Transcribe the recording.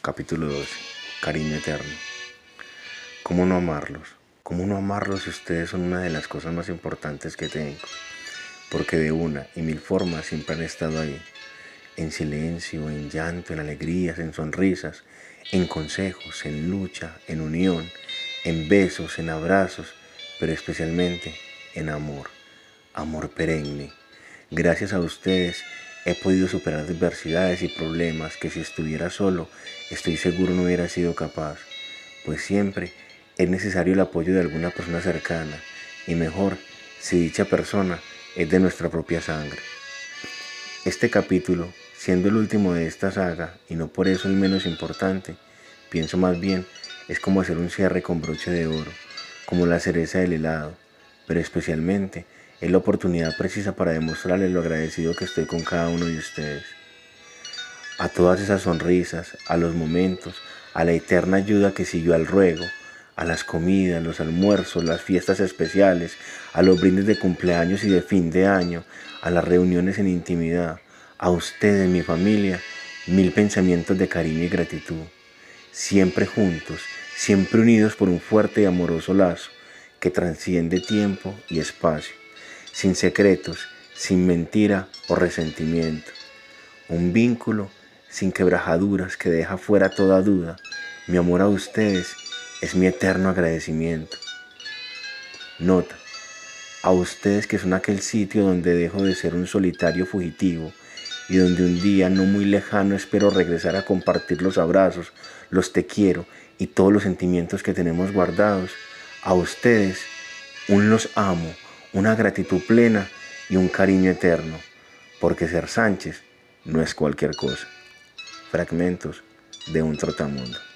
Capítulo 12. Cariño eterno. ¿Cómo no amarlos? ¿Cómo no amarlos si ustedes son una de las cosas más importantes que tengo? Porque de una y mil formas siempre han estado ahí. En silencio, en llanto, en alegrías, en sonrisas, en consejos, en lucha, en unión, en besos, en abrazos, pero especialmente en amor. Amor perenne. Gracias a ustedes he podido superar adversidades y problemas que si estuviera solo, estoy seguro no hubiera sido capaz, pues siempre es necesario el apoyo de alguna persona cercana, y mejor si dicha persona es de nuestra propia sangre. Este capítulo, siendo el último de esta saga, y no por eso el menos importante, pienso más bien es como hacer un cierre con broche de oro, como la cereza del helado, pero especialmente es la oportunidad precisa para demostrarles lo agradecido que estoy con cada uno de ustedes. A todas esas sonrisas, a los momentos, a la eterna ayuda que siguió al ruego, a las comidas, los almuerzos, las fiestas especiales, a los brindis de cumpleaños y de fin de año, a las reuniones en intimidad, a ustedes, mi familia, mil pensamientos de cariño y gratitud. Siempre juntos, siempre unidos por un fuerte y amoroso lazo que trasciende tiempo y espacio, sin secretos, sin mentira o resentimiento. Un vínculo sin quebrajaduras que deja fuera toda duda. Mi amor a ustedes es mi eterno agradecimiento. Nota: a ustedes que son aquel sitio donde dejo de ser un solitario fugitivo y donde un día no muy lejano espero regresar a compartir los abrazos, los te quiero y todos los sentimientos que tenemos guardados. A ustedes, un los amo, una gratitud plena y un cariño eterno, porque ser Sánchez no es cualquier cosa. Fragmentos de un trotamundo.